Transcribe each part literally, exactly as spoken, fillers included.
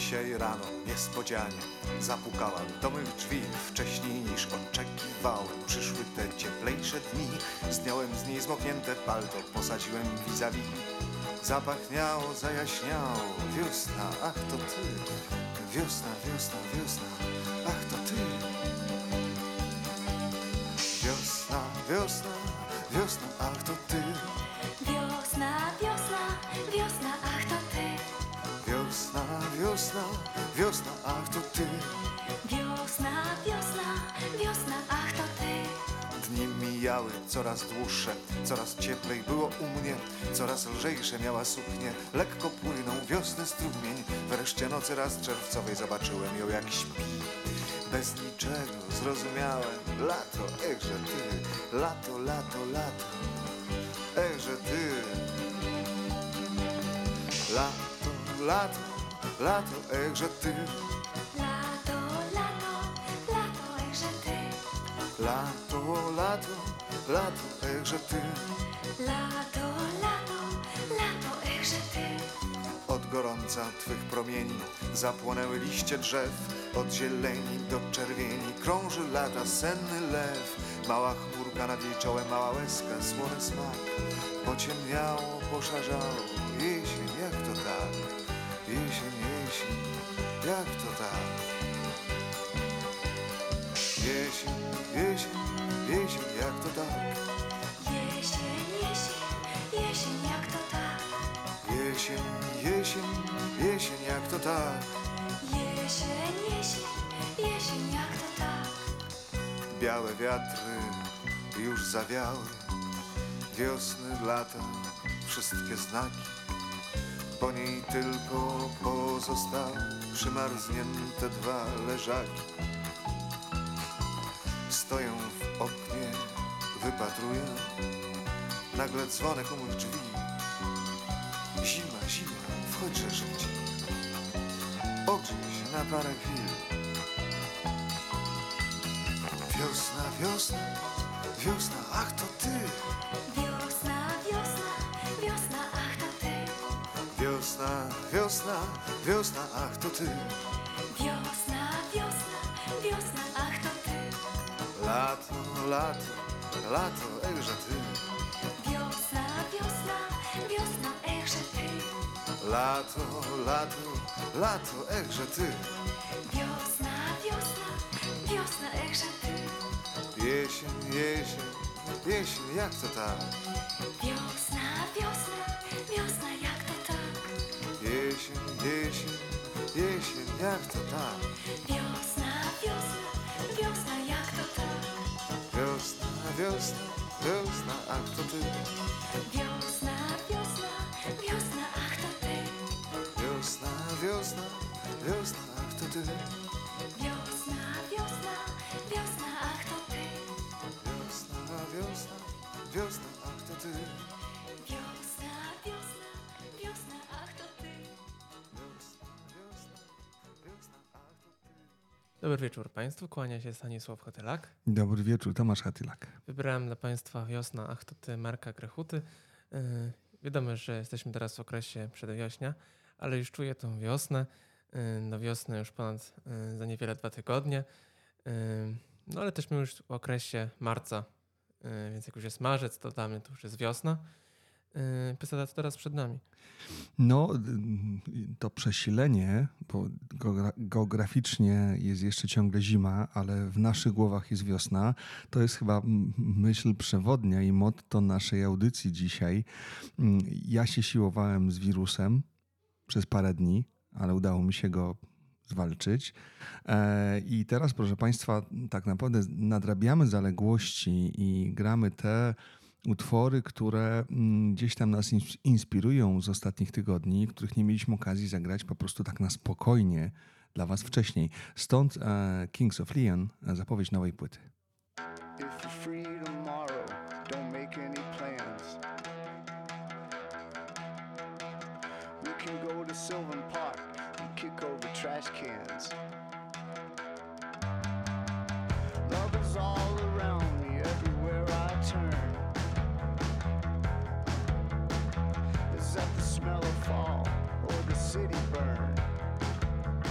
Dzisiaj rano niespodzianie zapukałem do mych drzwi. Wcześniej niż oczekiwałem przyszły te cieplejsze dni. Zdjąłem z niej zmoknięte palto, posadziłem vis-a-vis. Zapachniało, zajaśniało, wiosna, ach to ty. Wiosna, wiosna, wiosna, ach to ty. Wiosna, wiosna, wiosna, ach to ty. Wiosna, wiosna, wiosna, ach to ty. Wiosna, wiosna, wiosna, ach to ty. Wiosna, wiosna, wiosna, ach to ty. Dni mijały coraz dłuższe, coraz cieplej było u mnie, coraz lżejsze miała suknie, lekko płynął wiosny strumień. Wreszcie nocy raz czerwcowej zobaczyłem ją jak śpi. Bez niczego zrozumiałem, lato, echże ty, lato, lato, lato, echże ty. Lato, lato, lato, echże ty. Lato, lato, lato, echże ty. Lato, lato, lato, echże ty. Lato, lato, lato, echże ty. Od gorąca twych promieni zapłonęły liście drzew. Od zieleni do czerwieni krąży lata senny lew. Mała chmurka nad jej czołem, mała łezka, słony smak. Pociemniało, poszarzało, jesień, jak to tak? Jesień, jesień, jak to tak? Jesień, jesień, jesień, jak to tak? Jesień, jesień, jesień, jak to tak? Jesień, jesień, jesień, jak to tak? Jesień, jesień, jesień, jak to tak? Białe wiatry już zawiały, wiosny, lata, wszystkie znaki. Po niej tylko pozostały przymarznięte dwa leżaki. Stoję w oknie, wypatruję, nagle dzwonek u mych drzwi. Zima, zima, wchodźże życie, ogrzej się na parę chwil. Wiosna, wiosna, wiosna, ach to ty. Wiosna, wiosna, wiosna, ach to ty. Wiosna, wiosna, wiosna, ach to ty. Wiosna, wiosna, wiosna, ach to ty. Lato, lato, lato, echże ty. Wiosna, wiosna, wiosna, echże ty. Lato, lato, lato, echże ty. Wiosna, wiosna, wiosna, echże ty. Jesień, jesień, jesień, jak to tak? Wiosna, wiosna, wiosna, jak to tak? Jesień, jesień, jesień, jak to tak? Wiosna, wiosna, wiosna, jak to tak? Wiosna, wiosna, wiosna, ach to ty. Wiosna, wiosna, wiosna, ach to ty. Wiosna, wiosna, wiosna, ach to ty. Wiosna, wiosna, wiosna, ach to ty. Wiosna, wiosna, wiosna, ach to ty. Wiosna, wiosna, wiosna, ach to ty. Wiosna, wiosna, wiosna, ach to ty. Dobry wieczór Państwu, kłania się Stanisław Hotylak. Dobry wieczór, Tomasz Hatylak. Wybrałem dla Państwa Wiosna, ach to ty Marka Grechuty. Yy, wiadomo, że jesteśmy teraz w okresie przedwiośnia, ale już czuję tą wiosnę. Yy, no wiosnę już ponad yy, za niewiele dwa tygodnie. Yy, no ale też my już w okresie marca, yy, więc jak już jest marzec, to dla mnie to już jest wiosna. Yy, Pesada to teraz przed nami. No, to przesilenie, bo geograficznie jest jeszcze ciągle zima, ale w naszych głowach jest wiosna. To jest chyba myśl przewodnia i motto naszej audycji dzisiaj. Ja się siłowałem z wirusem przez parę dni, ale udało mi się go zwalczyć. I teraz, proszę Państwa, tak naprawdę nadrabiamy zaległości i gramy te utwory, które gdzieś tam nas inspirują z ostatnich tygodni, których nie mieliśmy okazji zagrać po prostu tak na spokojnie dla Was wcześniej. Stąd e, Kings of Leon, zapowiedź nowej płyty. If you're free tomorrow, don't make any plans. We can go to Sylvan Park and kick over trash cans. Love is all around me, everywhere I turn. Is that the smell of fall or the city burn?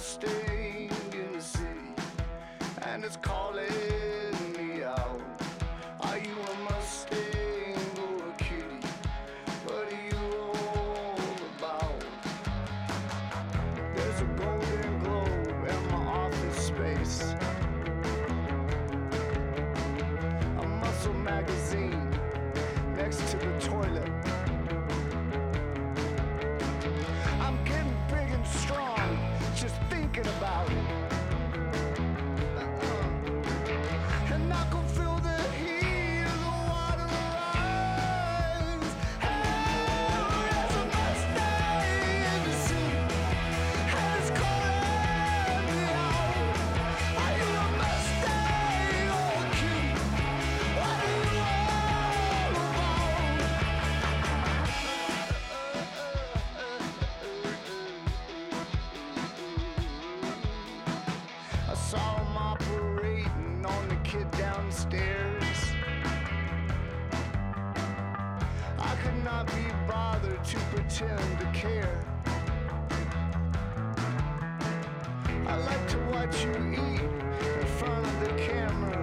Mustang in the city, and it's calling me out. Are you a Mustang or a kitty? What are you all about? There's a golden globe in my office space, a muscle magazine next to the toilet. I'm getting big and strong just thinking about it. Uh-uh. And I can feel the heat of the water rise. Oh, there's a Mustang in the sea, and it's calling me out. Are you a Mustang or a kitty? What are you all about? I saw him operating on the kid downstairs. I could not be bothered to pretend to care. I like to watch you eat in front of the camera.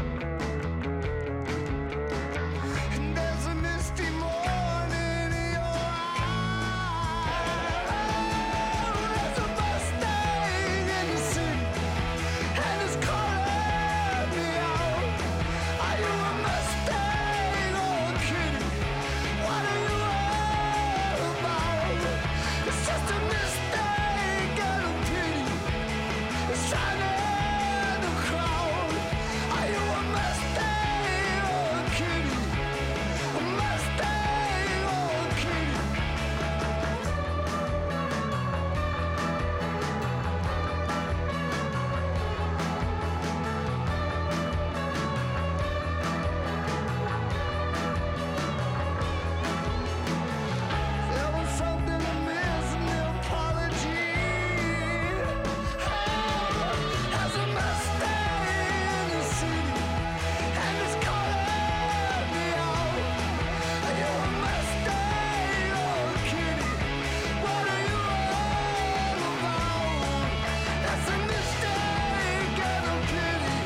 And there's a misty morning in your eyes. There's a Mustang in the city, and it's calling me out. Are you a Mustang or a kitty? What are you all about? It's just a mistake and a pity. It's shining in the crowd. Are you a Mustang or a kitty? A Mustang or a kitty? There was something amiss in the apology. There's a Mustang in the city, and it's calling me out. Are you a Mustang or a kitty? What are you all about? That's a mistake and a pity,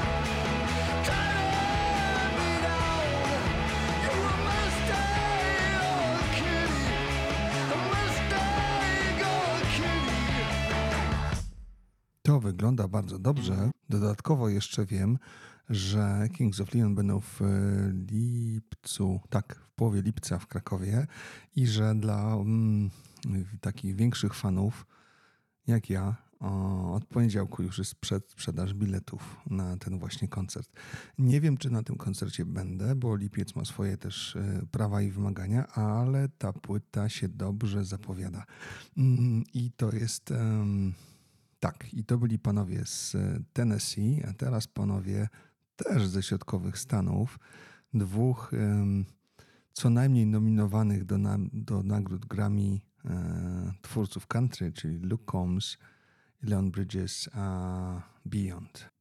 trying me down. You a Mustang or a kitty? A Mustang or a kitty? To wygląda bardzo dobrze. Dodatkowo jeszcze wiem, że Kings of Leon będą w lipcu, tak, w połowie lipca w Krakowie i że dla mm, takich większych fanów jak ja o, od poniedziałku już jest przedsprzedaż biletów na ten właśnie koncert. Nie wiem, czy na tym koncercie będę, bo lipiec ma swoje też e, prawa i wymagania, ale ta płyta się dobrze zapowiada. Mm, I to jest... em, Tak, i to byli panowie z e, Tennessee, a teraz panowie też ze środkowych Stanów. Dwóch em, co najmniej nominowanych do, na, do nagród Grammy e, twórców country, czyli Luke Combs i Leon Bridges, a Beyond.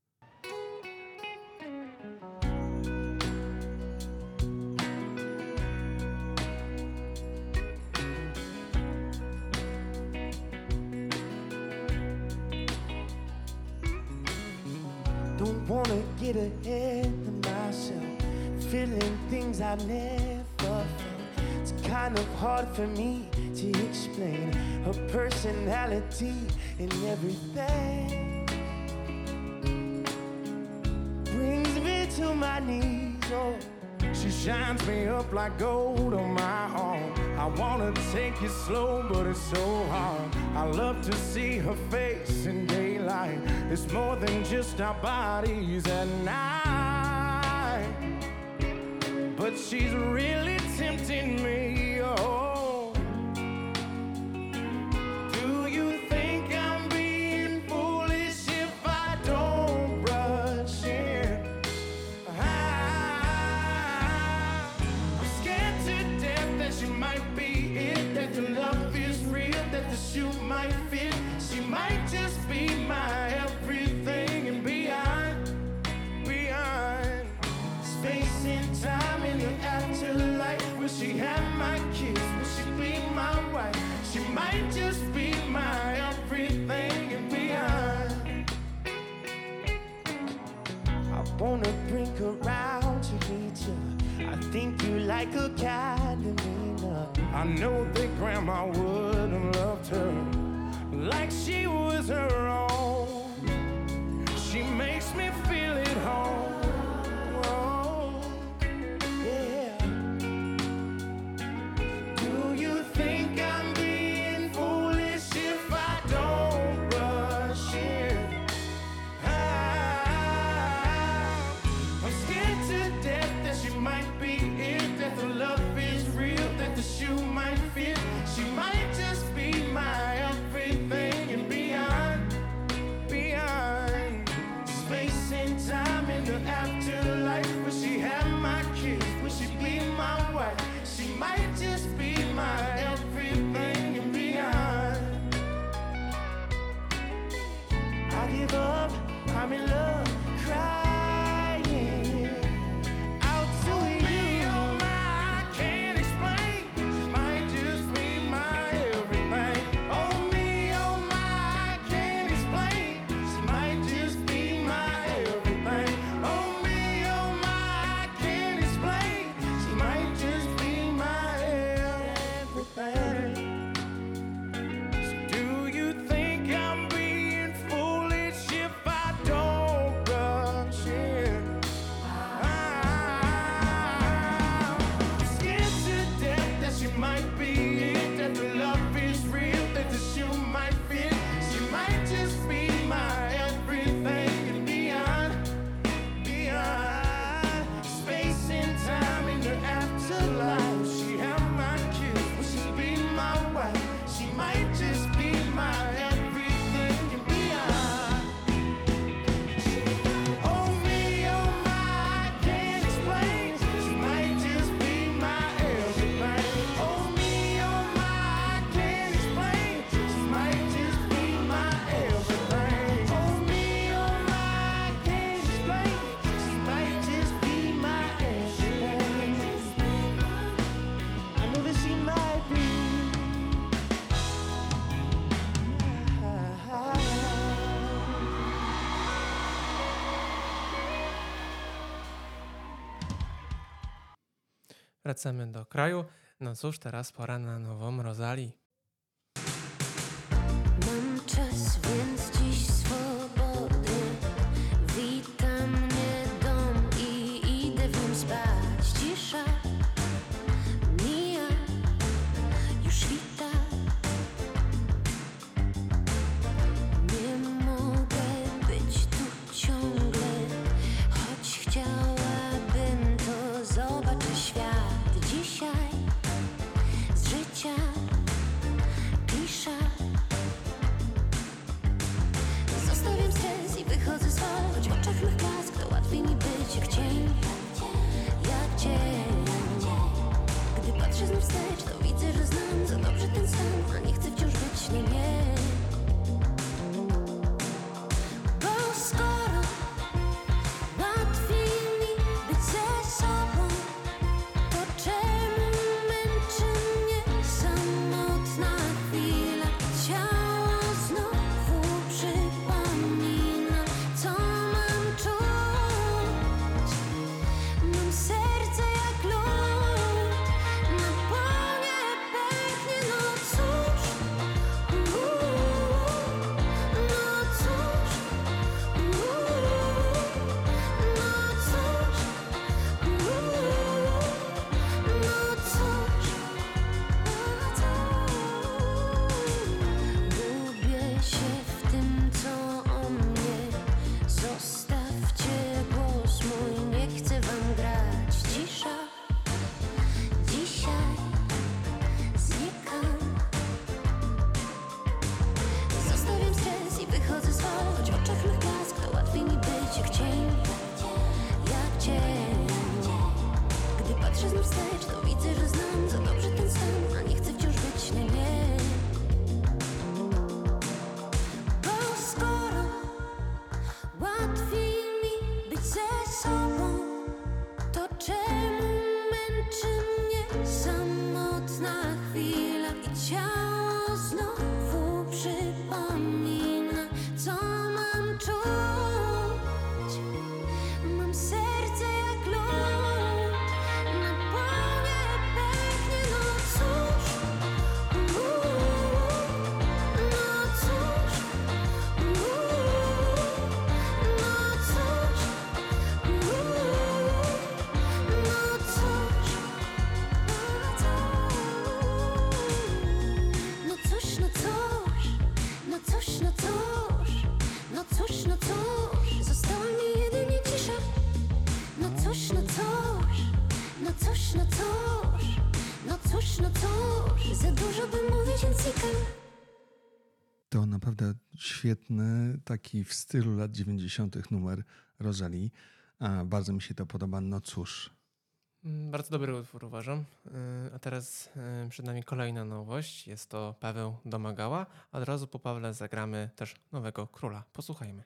Don't wanna get ahead of myself, feeling things I never felt. It's kind of hard for me to explain her personality and everything. Brings me to my knees, oh. She shines me up like gold on my arm. I wanna take it slow, but it's so hard. I love to see her face in daylight. It's more than just our bodies at night. But she's really tempting me, oh. Do you think I'm being foolish if I don't brush in? I'm scared to death that she might be it, that the love is real, that the shoe might fit. She might just be my everything and beyond, beyond space and time in the afterlife. Will she have my kiss? Will she be my wife? She might just be my everything and beyond. sneak around to meet you. I think you like a Catalina. I know that Grandma would have loved her like she was her own. She makes me feel at home. Oh, yeah. Do you think I'm being foolish if I don't rush in? I'm scared to death that she might be it, that the love is real, that the shoe might fit. She might just be my everything and beyond, beyond space and time in the afterlife. Will she have my kiss? Will she be my wife? She might just be my everything and beyond. I give up, I'm in love, crying out to you. Oh my, I can't explain. She might just be my everything. Oh me, oh my, I can't explain. She might just be my everything. Oh me, oh my, I can't explain. She might just be my everything. So do you think I'm being foolish if I don't rush in? I'm scared to death that she might be it, that the love is real, that the shoe might fit. She might just be my everything and beyond, beyond space and time in the afterlife. She have my kiss, will she be my wife? She might just be my everything and beyond. Oh me, oh my, I can't explain. She might just be my everything. Oh me, oh my, I can't explain. She might just be my everything. Oh me, oh my, I can't explain. She might just be my everything. I know that she might be. Wracamy do kraju. No cóż, teraz pora na nową Rosalie. Mam czas, więc dziś swobody. Wita mnie dom i idę w nim spać. Cisza mija, już wita. Nie mogę być tu ciągle, choć chciałabym, to zobaczę świat. Dzisiaj z życia pisza. Zostawiam stres i wychodzę z wal, choć w oczach mych blask, to łatwiej mi być jak cień, jak cień. Gdy patrzę znów wstecz, to widzę, że znam za dobrze ten sen, a nie chcę wciąż być nim, nie. Bo skoro łatwiej mi być ze sobą, to czemu męczy mnie samotna chwila? Ciało znowu przypomina, co mam czuć. Mam serce jak lód, na płonie pęknie, no cóż. Uuu, no cóż. Uuu, no cóż. Uuu, no cóż. Gubię się w tym, co o mnie. Zostawcie głos mój, nie chcę wam grać. Cisza, dzisiaj znikam. Zostawiam stres i wychodzę z wal, choć w oczach mych blask, to łatwiej mi być jak cień, jak cień. Gdy patrzę znów wstecz, to widzę, że znam za dobrze ten sen, a nie chcę wciąż być nim, nie. Bo skoro łatwiej mi być ze sobą, to czemu męczy mnie samotna chwila i ciało znowu przypomina, co mam czuć. Mam serce To naprawdę świetny, taki w stylu lat dziewięćdziesiątych numer Rosalie. A bardzo mi się to podoba. No cóż. Mm, Bardzo dobry utwór uważam. Yy, A teraz yy, przed nami kolejna nowość. Jest to Paweł Domagała. A od razu po Pawle zagramy też Nowego Króla. Posłuchajmy.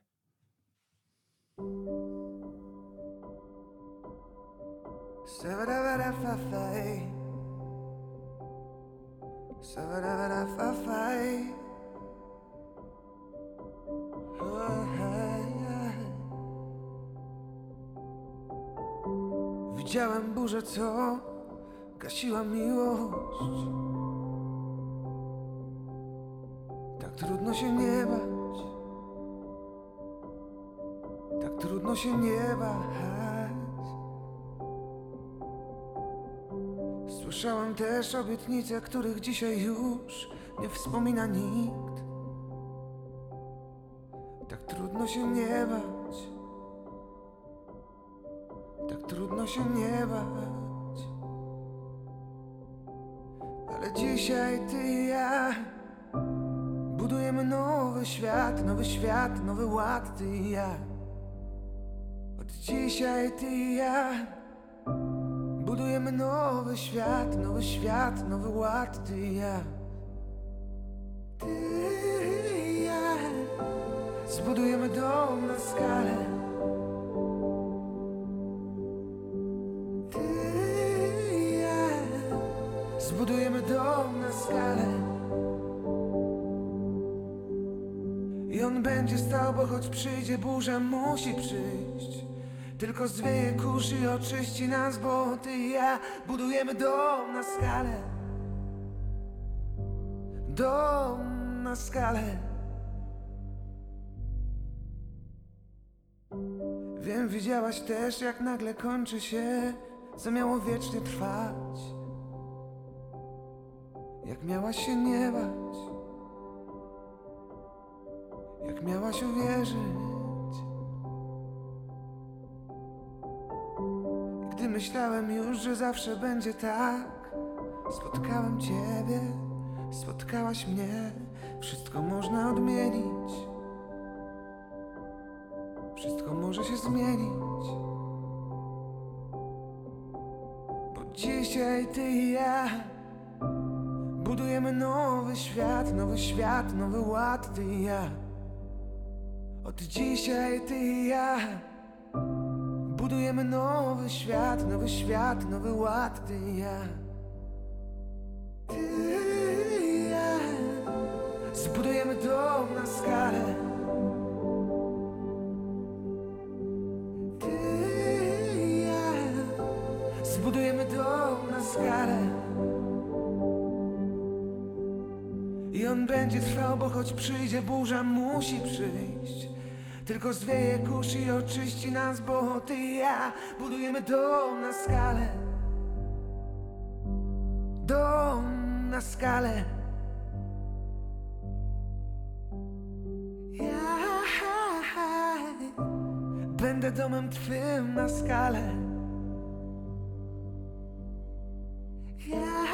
Sa-ba-da-ba-da-fa-fi. Sa-ba-da-ba-da-fa-fi. Oh, hey, hey. Widziałem burzę, co gasiła miłość. Tak trudno się nie bać. Tak trudno się nie bać. Słyszałem też obietnice, których dzisiaj już nie wspomina nikt. Tak trudno się nie bać. Tak trudno się nie bać. Ale dzisiaj ty i ja budujemy nowy świat, nowy świat, nowy ład, ty i ja. Od dzisiaj ty i ja budujemy nowy świat, nowy świat, nowy ład, ty i ja. Ty i ja zbudujemy dom na skalę. Ty i ja zbudujemy dom na skalę. I on będzie stał, bo choć przyjdzie burza, musi przyjść. Tylko zwieje kurz i oczyści nas, bo ty i ja budujemy dom na skalę. Dom na skalę. Wiem, widziałaś też, jak nagle kończy się, co miało wiecznie trwać. Jak miałaś się nie bać. Jak miałaś uwierzyć. Gdy myślałem już, że zawsze będzie tak, spotkałem ciebie, spotkałaś mnie. Wszystko można odmienić. Wszystko może się zmienić. Bo dzisiaj ty i ja budujemy nowy świat, nowy świat, nowy ład, ty i ja. Od dzisiaj ty i ja budujemy nowy świat, nowy świat, nowy ład, ty i ja. Ty i ja zbudujemy dom na skalę. Ty i ja zbudujemy dom na skalę. I on będzie trwał, bo choć przyjdzie burza, musi przyjść. Tylko zwieje kurz i oczyści nas, bo ty i ja budujemy dom na skalę. Dom na skalę. Ja będę domem twym na skalę. Ja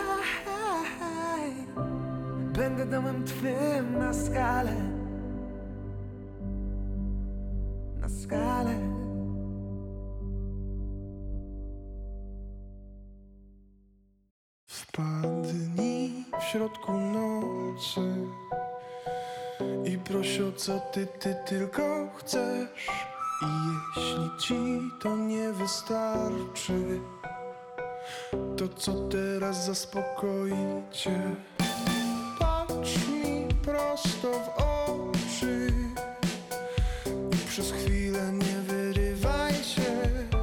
będę domem twym na skalę. Na skalę. Wpadnij w środku nocy i proś o co ty, ty tylko chcesz. I jeśli ci to nie wystarczy, to co teraz zaspokoi cię? Patrz mi prosto w oczy i przez chwilę nie wyrywaj się.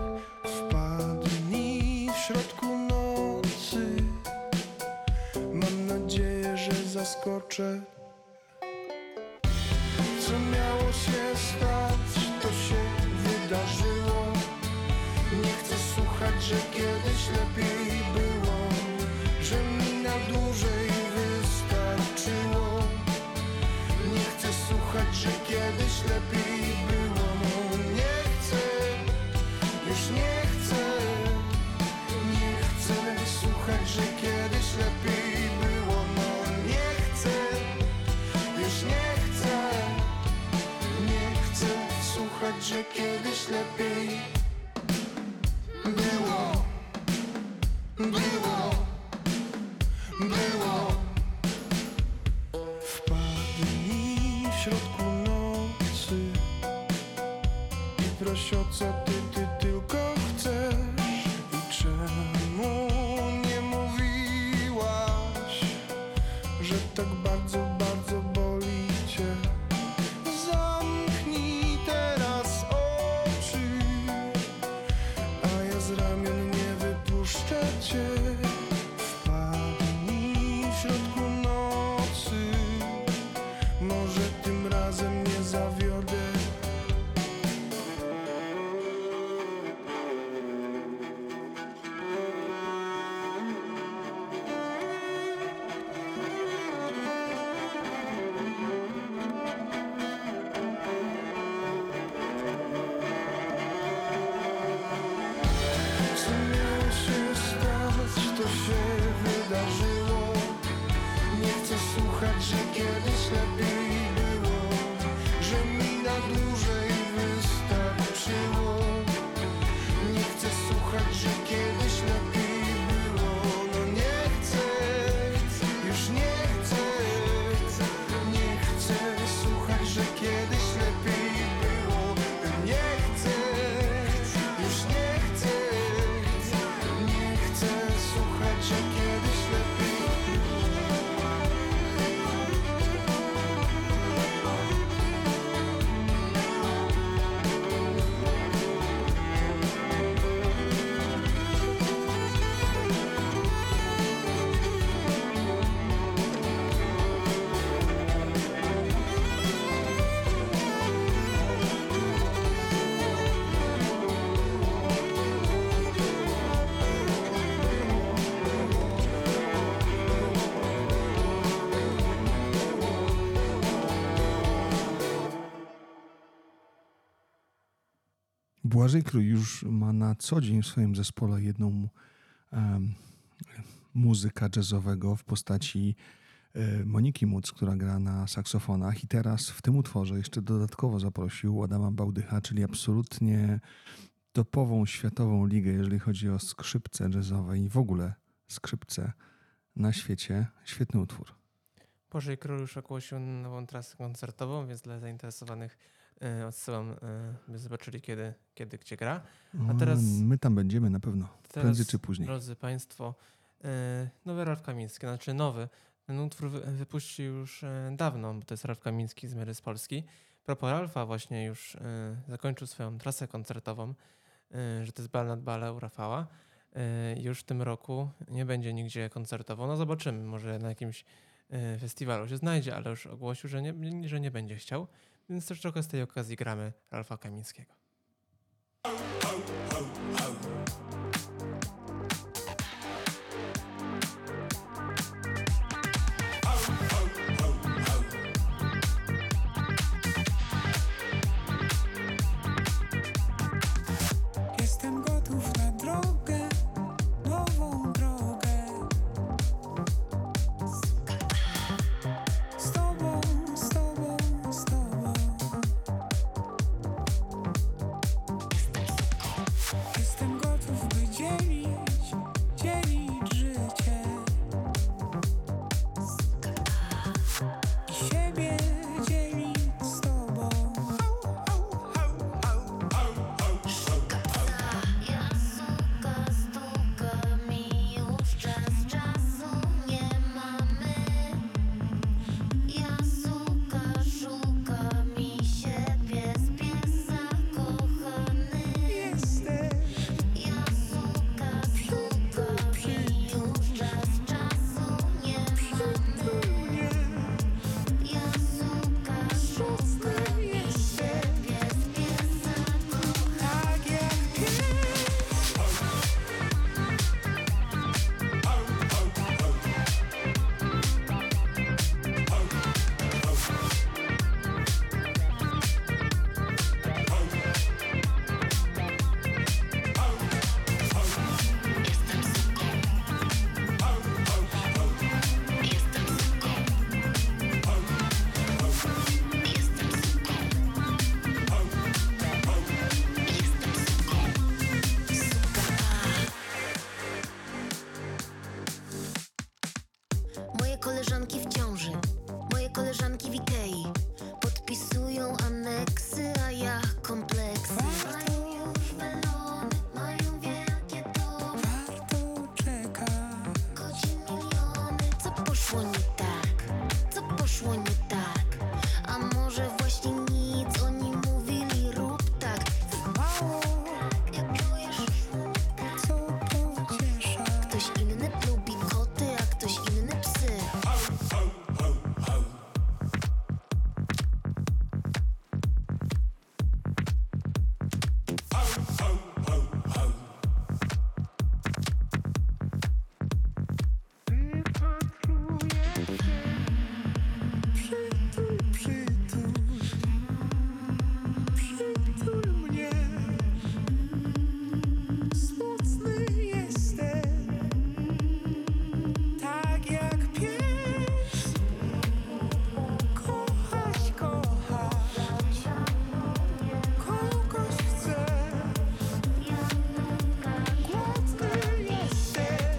Wpadnij w środku nocy, mam nadzieję, że zaskoczę. Co miało się stać, to się wydarzyło. Nie chcę słuchać, że kiedyś lepiej było, że mi na dłużej wystarczyło. Nie chcę słuchać, że kiedyś lepiej było. No nie chcę, już nie chcę. Nie chcę słuchać, że kiedyś lepiej było. No nie chcę, już nie chcę. środku nocy i proś o co ty, ty tylko chcesz. I czemu nie mówiłaś, że tak bardzo, bardzo boli cię? Zamknij teraz oczy, a ja z ramion nie wypuszczę cię. Wpadnij w środku nocy, może tym razem nie zawiodę. Co miało się stać, to się wydarzyło. Nie chcę słuchać, że kiedyś lepiej było, że mi na dłużej wystarczyło. Nie chcę słuchać, że kiedyś lepiej było. No nie chcę, już nie chcę. Nie chcę słuchać, że kiedyś lepiej było. Nie chcę, już nie chcę. Nie chcę słuchać, że kiedyś lepiej Błażej Król już ma na co dzień w swoim zespole jedną um, muzyka jazzowego w postaci e, Moniki Muc, która gra na saksofonach, i teraz w tym utworze jeszcze dodatkowo zaprosił Adama Bałdycha, czyli absolutnie topową światową ligę, jeżeli chodzi o skrzypce jazzowe i w ogóle skrzypce na świecie. Świetny utwór. Błażej Król już ogłosił nową trasę koncertową, więc dla zainteresowanych e, odsyłam, e, by zobaczyli kiedy, kiedy gdzie gra. A teraz, My tam będziemy na pewno, teraz prędzej czy później. drodzy Państwo, e, nowy Ralf Kamiński, znaczy nowy. Ten utwór wy, wypuścił już e, dawno, bo to jest Ralf Kamiński z Miery z Polski. Propos Ralfa właśnie już e, zakończył swoją trasę koncertową, e, że to jest bal nad bale u Rafała. E, już w tym roku nie będzie nigdzie koncertowo. No zobaczymy, może na jakimś e, festiwalu się znajdzie, ale już ogłosił, że nie, że nie będzie chciał. Więc też trochę z tej okazji gramy Ralfa Kamińskiego. Jestem gotów na drogę, nową drogę. Z tobą, z tobą, z tobą. Jestem gotów, by dzielić, dzielić życie. I siebie dzielić z tobą. Ja suka, stuka mi już czas, czasu nie mamy. Ja suka, szuka mi się pies, pies zakochany. Jesteś Ja suka, stuka mi już czas, czasu nie mamy. mnie, Ja suka, szuka mi się pies, pies zakochany. tak jak pies. Moje koleżanki w ciąży, moje koleżanki w Ikei. Pod nie tak? A może właśnie nic, oni mówili rób tak. Mało, Nie czujesz? co pociesza. Ktoś inny lubi koty, a ktoś inny psy. Przytul, przytul, przytul mnie. Smutny jestem, tak jak pies. Kochać, kochać, kogoś chcę. Głodny jestem,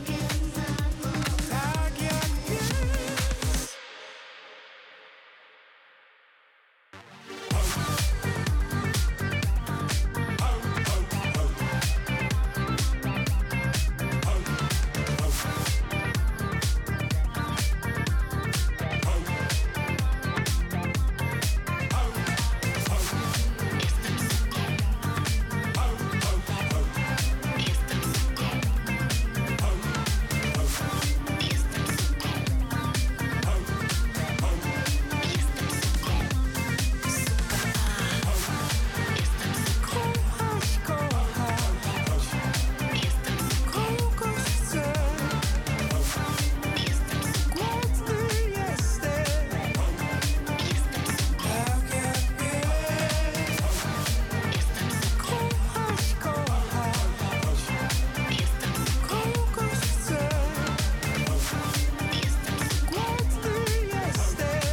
tak jak pies. Kochać, kochać, kogoś chcę. Głodny jestem, tak jak pies. Kochać, kochać, kogoś chcę. Głodny jestem.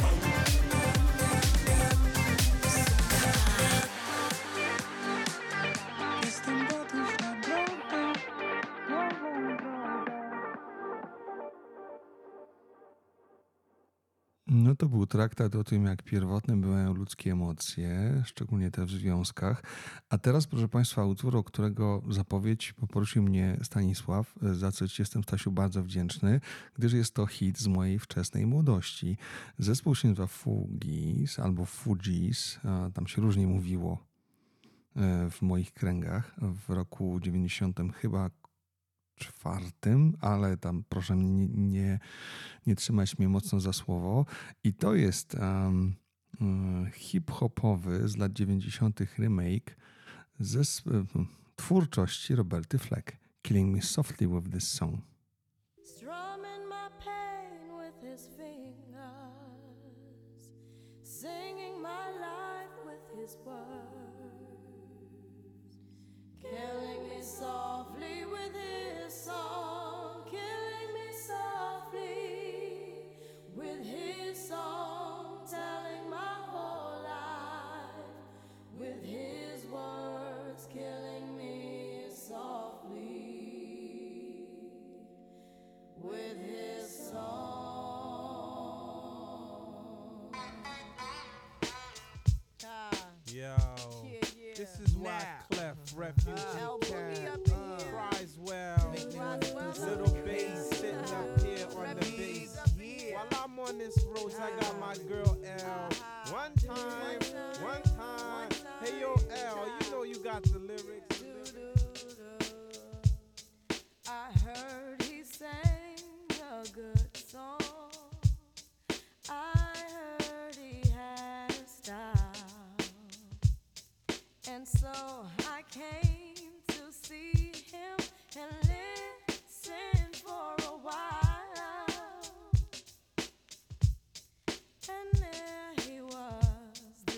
Jestem gotów na drogę, nową drogę. No to był traktat o tym, jak pierwotne były ludzkie emocje, szczególnie te w związkach. A teraz, proszę Państwa, utwór, o którego zapowiedź poprosił mnie Stanisław, za co Ci jestem, Stasiu, bardzo wdzięczny, gdyż jest to hit z mojej wczesnej młodości. Zespół się nazywa Fugis albo Fugis, a tam się różnie mówiło e, w moich kręgach w roku dziewięćdziesiątym chyba czwartym, ale tam proszę mnie nie, nie, nie trzymać mnie mocno za słowo. I to jest um, um, hip-hopowy z lat dziewięćdziesiątych remake ze s- um, twórczości Roberty Fleck. Killing Me Softly with This Song. Strumming my pain with his fingers, singing my life with his words, killing me softly with his song, killing me softly with his song, telling my whole life with his words, killing me softly with his song. Yo, Yeah, yeah. this is why Now. Clef, Refugee Uh, Cat, Boogie up in here. cries well, Roswell little up in bass here. sitting up here on the Refugees bass. up in here. While I'm on this road, I got my girl L. One time, one time. Hey yo, L, you know you got the lyrics. I heard he sang a good song. I heard he had a style. And so I came to see him and listen for a while. And there he was,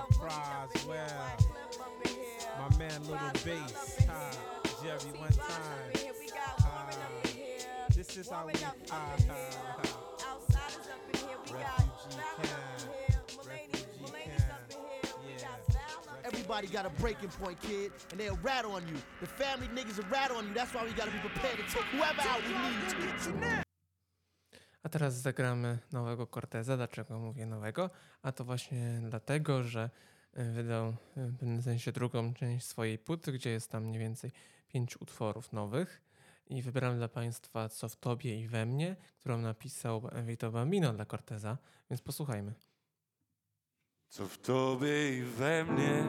surprise. Well, my man Little Bass, uh, Jerry, one time. Uh, this is how we, uh, uh, uh, refugee camp, refugee camp, yeah. Everybody got a breaking point, kid, and they'll rat on you. The family niggas will rat on you. That's why we gotta be prepared to take whoever out we need to. A teraz zagramy nowego Corteza. Dlaczego mówię nowego? A to właśnie dlatego, że y, wydał y, w pewnym sensie drugą część swojej płyty, gdzie jest tam mniej więcej pięć utworów nowych. I wybrałem dla Państwa Co w Tobie i we mnie, którą napisał Vito Bambino dla Corteza, więc posłuchajmy. Co w tobie i we mnie,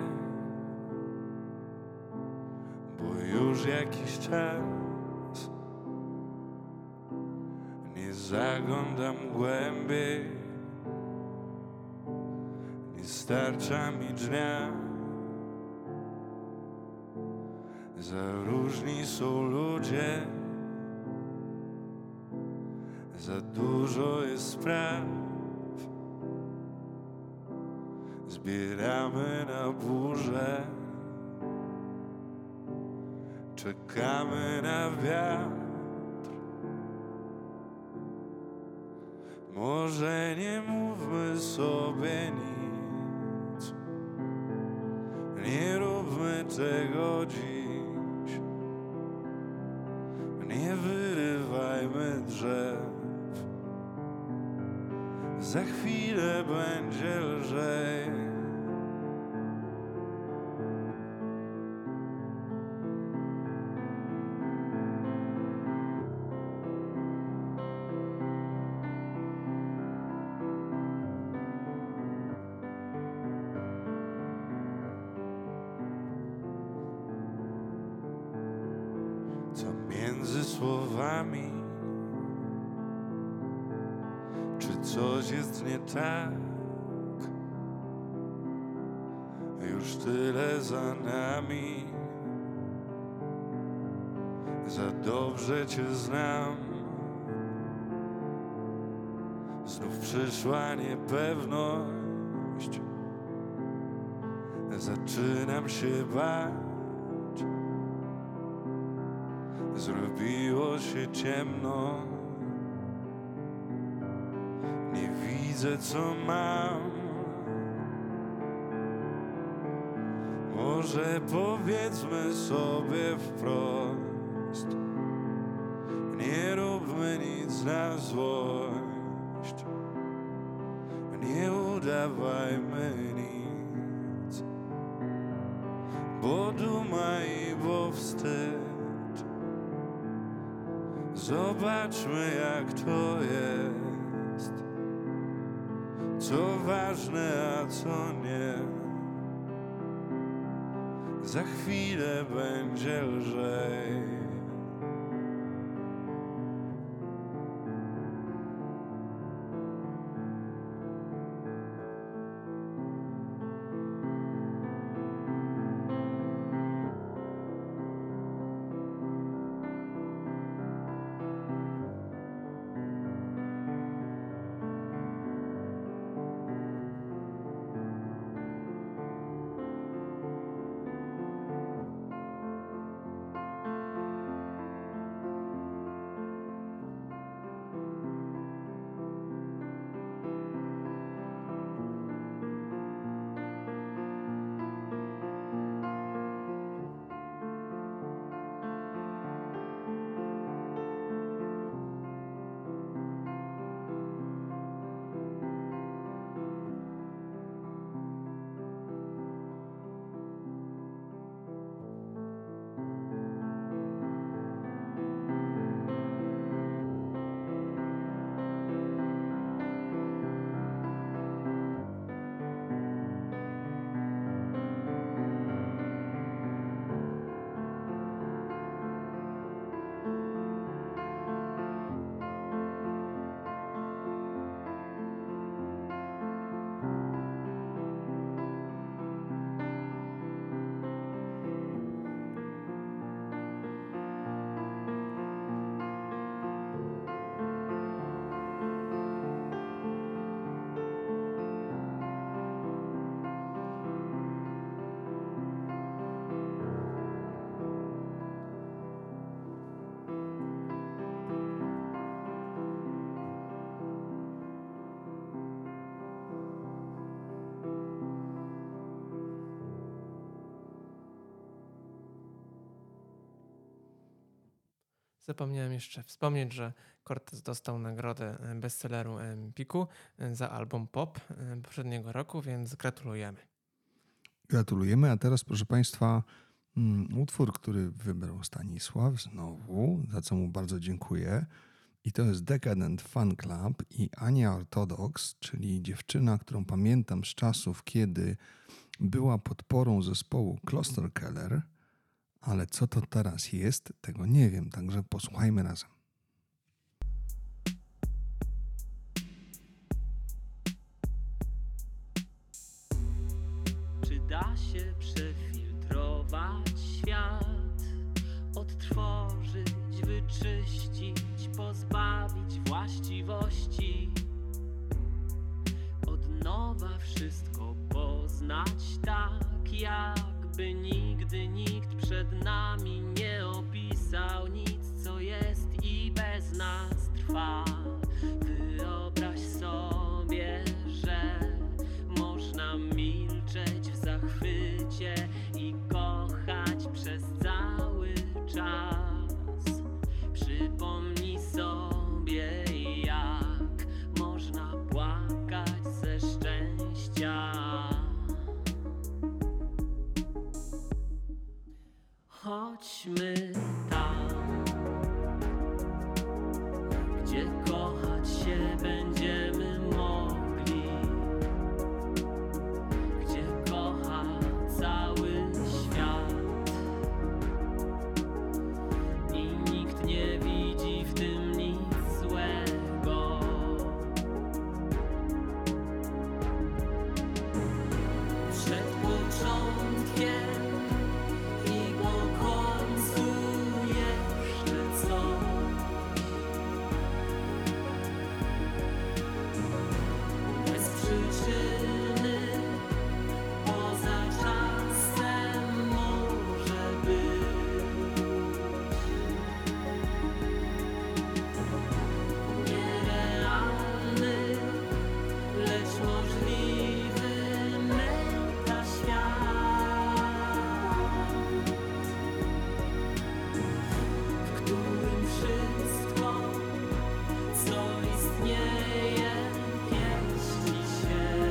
bo już jakiś czas nie zaglądam głębiej, nie starcza mi dnia. Za różni są ludzie, za dużo jest spraw. Zbieramy na burzę, czekamy na wiatr. Może nie mówmy sobie nic, nie róbmy tego dziś, nie wyrywajmy drzew. Za chwilę będzie lżej. Co między słowami, czy coś jest nie tak? Już tyle za nami, za dobrze cię znam. Znów przyszła niepewność, zaczynam się bać. Zrobiło się ciemno, nie widzę co mam. Może powiedzmy sobie wprost, nie róbmy nic na złość, nie udawajmy nic, bo duma i bo wstyd. Zobaczmy jak to jest, co ważne, a co nie. Za chwilę będzie lżej. Zapomniałem jeszcze wspomnieć, że Cortez dostał nagrodę bestselleru Empiku za album Pop poprzedniego roku, więc gratulujemy. Gratulujemy, a teraz proszę Państwa mm, utwór, który wybrał Stanisław znowu, za co mu bardzo dziękuję. I to jest Decadent Fan Club i Ania Orthodox, czyli dziewczyna, którą pamiętam z czasów, kiedy była podporą zespołu Klosterkeller, ale co to teraz jest, tego nie wiem, także posłuchajmy razem. Czy da się przefiltrować świat, odtworzyć, wyczyścić, pozbawić właściwości, od nowa wszystko poznać tak, jakby nigdy nikt przed nami nie opisał nic, co jest i bez nas trwa. Wyobraź sobie, że można milczeć w zachwycie i kochać przez cały czas. Przypomnij sobie, jak można płakać ze szczęścia. Chodźmy tam, gdzie kochać się będziemy mogli, gdzie kocha cały świat i nikt nie widzi w tym nic złego. Przed początkiem i po końcu jeszcze coś, bez przyczyny, poza czasem może być nierealny, lecz możliwy metaświat, w którym wszystko, co istnieje, pieści się.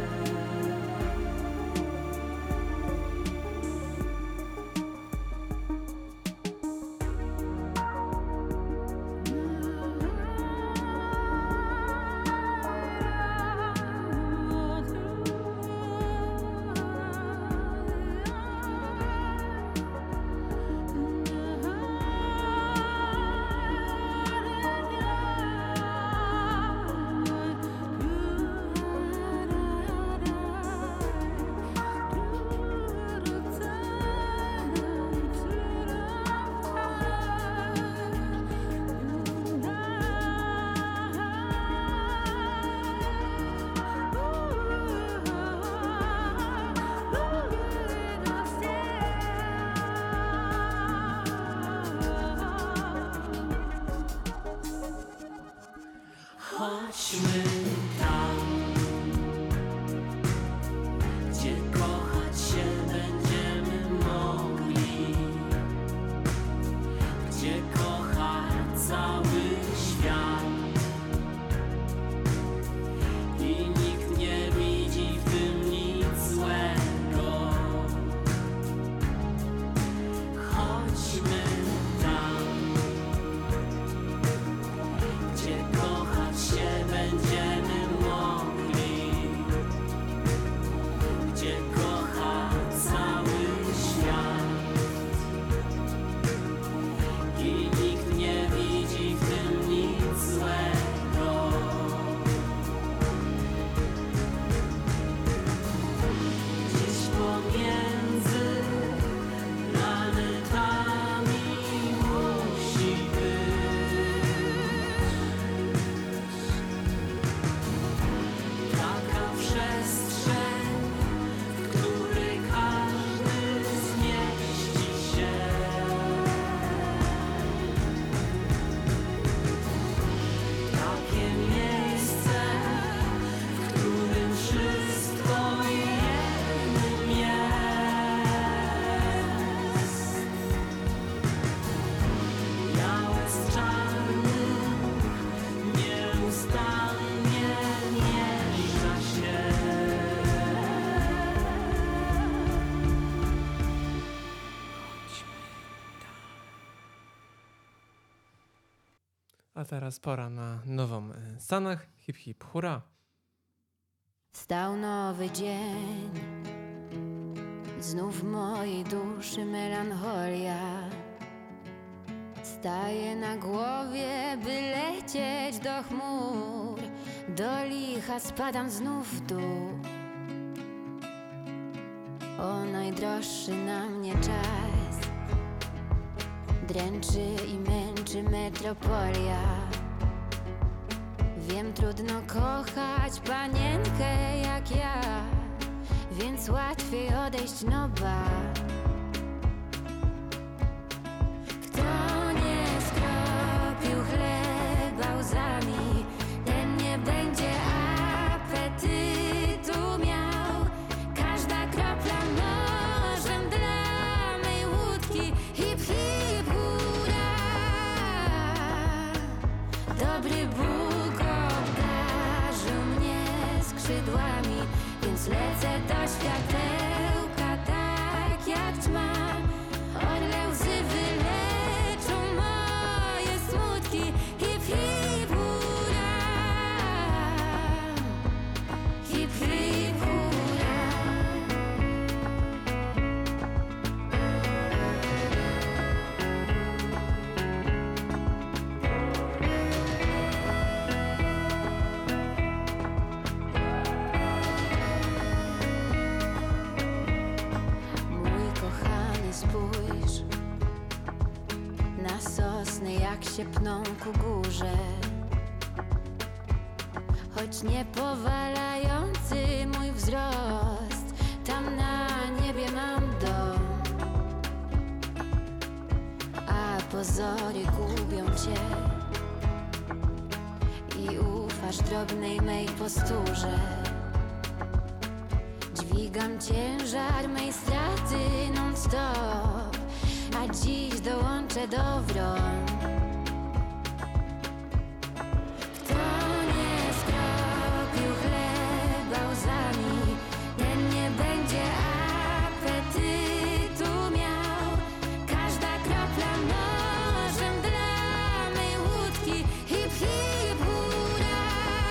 Chodźmy tam, gdzie kochać się będziemy mogli, gdzie kocha cały świat i nikt nie widzi w tym nic złego. Chodźmy tam, gdzie kochać się będziemy A teraz pora na nową y, Sanach. Hip hip hura. Stał nowy dzień, znów w mojej duszy melancholia. Staję na głowie, by lecieć do chmur. Do licha spadam znów w dół. O najdroższy na mnie czas, dręczy i męczy metropolia. Wiem, trudno kochać panienkę jak ja, więc łatwiej odejść no ba. Kto nie skropił chleba łzami, ten nie będzie apetytu miał. Każda kropla morzem dla mej łódki. Hip hip hura. Dobry Bóg obdarzył mnie skrzydłami, więc lecę do światełka tak jak ćma. Orle łzy wyleczą moje smutki. Hip hip hura. Hip hip hura. Mój kochany, spójrz na sosny, jak się pną ku górze. Choć nie powalający mój wzrost, tam na niebie mam dom. A pozory gubią cię i ufasz drobnej mej posturze. Dźwigam ciężar mej straty non-stop, a dziś dołączę do wron. Kto nie skropił chleba łzami, ten nie będzie apetytu miał. Każda kropla morzem dla mej łódki. Hip hip hura.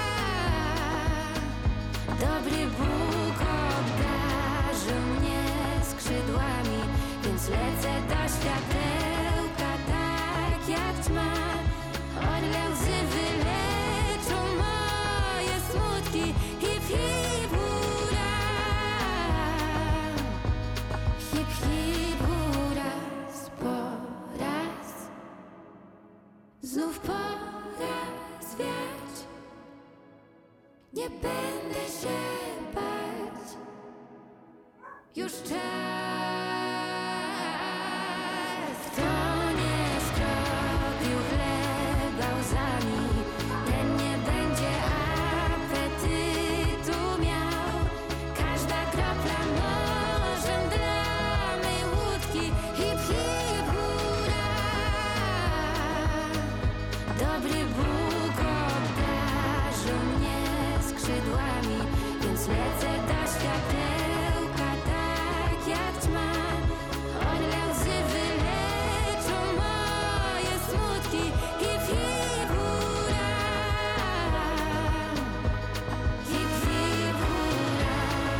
Dobry Bóg obdarzył mnie skrzydłami, więc lecę do światełka tak jak ćma. Orle łzy wyleczą moje smutki. Hip hip hura. Hip hip hura. Po raz znów pora zwiać. Nie będę się bać. Już czas. Kto nie skropił chleba łzami, ten nie będzie apetytu miał. Każda kropla morzem dla mej łódki. Hip hip hura. Dobry Bóg obdarzył mnie skrzydłami, więc lecę do światełka tak jak ćma. Orle łzy wyleczą moje smutki. Hip hip hura. Hip hip hura.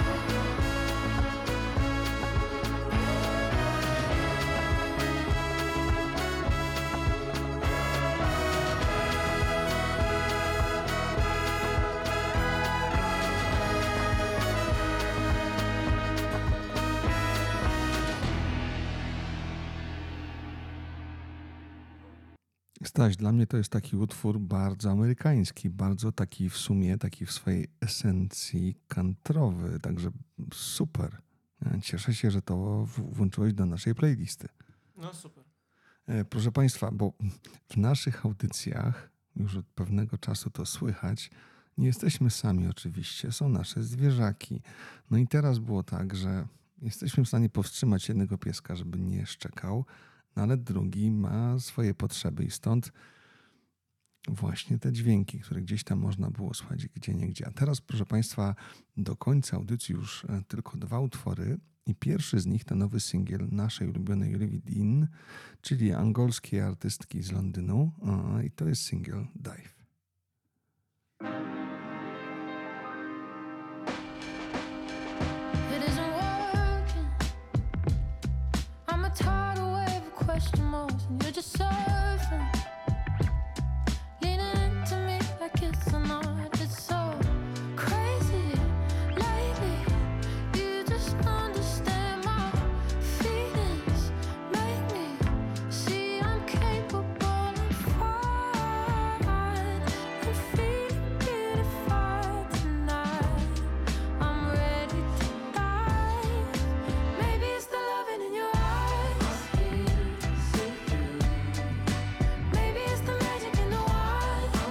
Staś, dla mnie to jest taki utwór bardzo amerykański, bardzo taki w sumie, taki w swojej esencji kantrowy, także super. Cieszę się, że to w- włączyłeś do naszej playlisty. No super. E, Proszę Państwa, bo w naszych audycjach, już od pewnego czasu to słychać, nie jesteśmy sami oczywiście, są nasze zwierzaki. No i teraz było tak, że jesteśmy w stanie powstrzymać jednego pieska, żeby nie szczekał, no ale drugi ma swoje potrzeby i stąd właśnie te dźwięki, które gdzieś tam można było słuchać gdzie niegdzie. A teraz, proszę Państwa, do końca audycji już e, tylko dwa utwory I pierwszy z nich to nowy singiel naszej ulubionej Rivi Dean, czyli angolskiej artystki z Londynu. A, I to jest singiel Dive. It isn't working. I'm a tidal wave of question marks, and you're just surfing, leaning into me like it's a night. It's so crazy lately. You just understand my feelings, make me see I'm capable of fine. I'm feeling beautified tonight. I'm ready to dive. Maybe it's the loving in your eyes. Maybe it's the magic in the wild.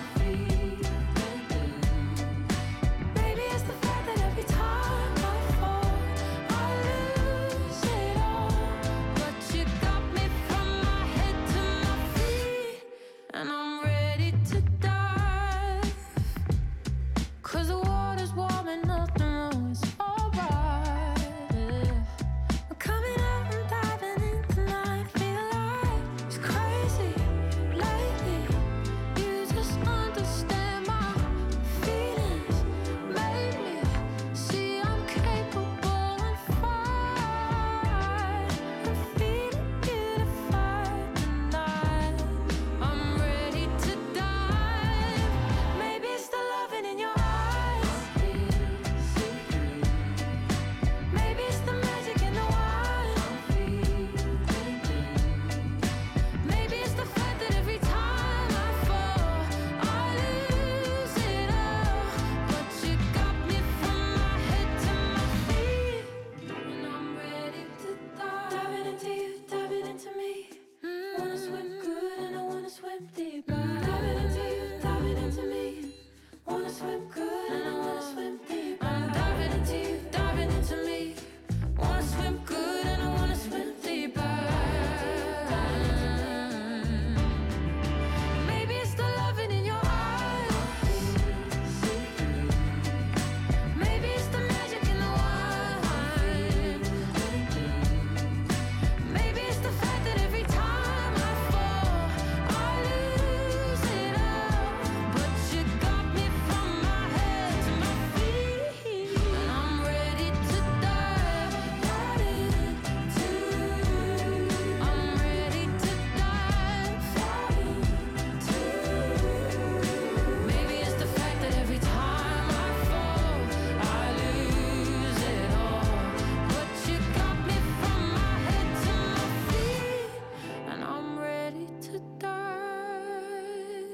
Maybe it's the fact that every time I fall, I lose it all. But you got me from my head to my feet, and I'm ready to dive. 'Cause the water's warm and nothing wrong, it's alright. Yeah. I'm coming out and diving in tonight. Feel like it's crazy lately. You just understand my feelings, make me see I'm capable and fine. I'm feeling beautified tonight. I'm ready to dive. Maybe it's the loving in your eyes. Maybe it's the magic in the wild. Maybe it's the fact that every time I fall, I lose it all. But you got me from my head to my feet, and I'm ready to dive. Diving into you, diving into me. Wanna swim good and I wanna swim deeper. Diving into you, diving into me. Wanna swim good and I wanna swim deeper. I'm diving into you, diving into me. Wanna swim good and I wanna swim deeper. Maybe it's the loving in your eyes. Maybe it's the magic in the wild. Maybe it's the fact that every time I fall, I lose it all. But you got me from my head to my feet, and I'm ready to dive right into. I'm ready to dive right into. Maybe it's the fact that every time I fall, I lose it all. But you got me from my head to my feet, and I'm ready to dive.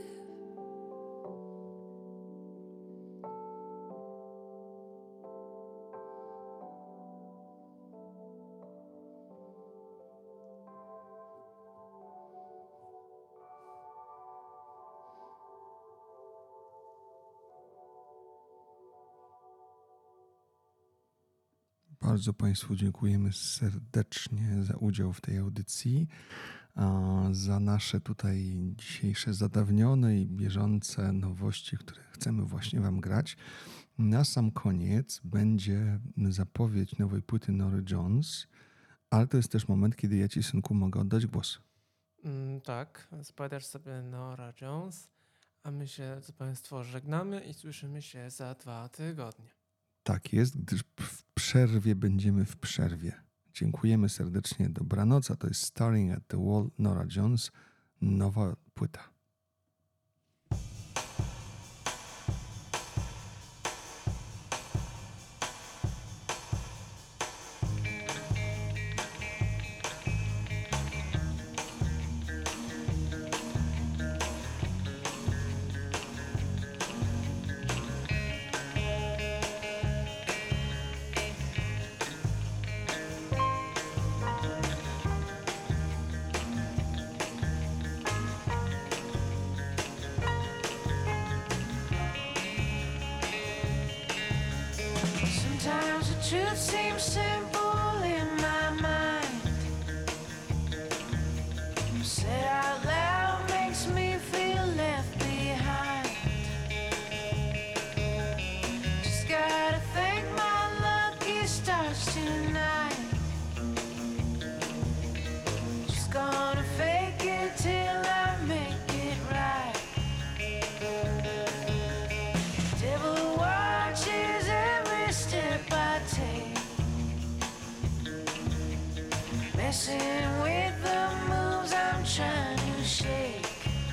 Bardzo Państwu dziękujemy serdecznie za udział w tej audycji, a za nasze tutaj dzisiejsze zadawnione i bieżące nowości, które chcemy właśnie Wam grać. Na sam koniec będzie zapowiedź nowej płyty Nory Jones, ale to jest też moment, kiedy ja Ci, synku, mogę oddać głos. Mm, tak, spowiadasz sobie Nora Jones, a my się z Państwo żegnamy i słyszymy się za dwa tygodnie. Tak jest, gdyż w przerwie będziemy w przerwie. Dziękujemy serdecznie, dobranoc, a to jest Staring at the Wall, Nora Jones, nowa płyta. Sometimes the truth seems simple in my mind. Said out loud makes me feel left behind. Just gotta thank my lucky stars tonight. messing with the moves I'm trying to shake.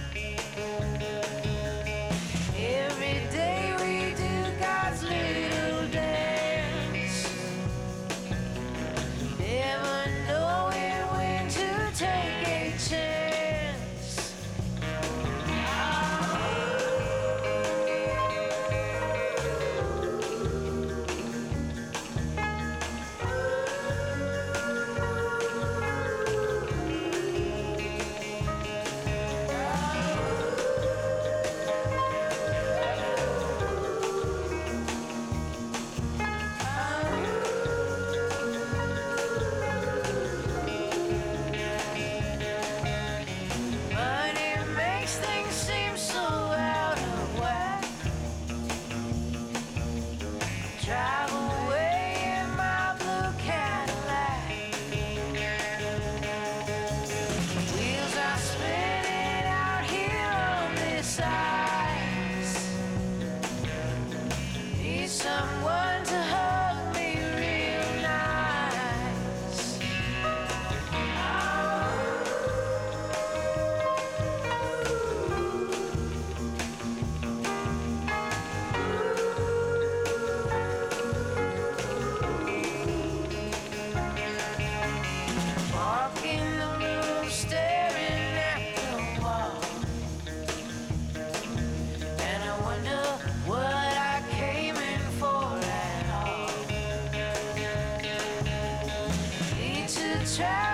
Every day we do God's little dance, never knowing when to take a chance. Money makes things seem so out of whack. Drive away in my blue Cadillac. Wheels are spinning out here on this ice. Need someone to hug me real nice. Walking the room, staring at the wall, and I wonder what I came in for at all. Need to try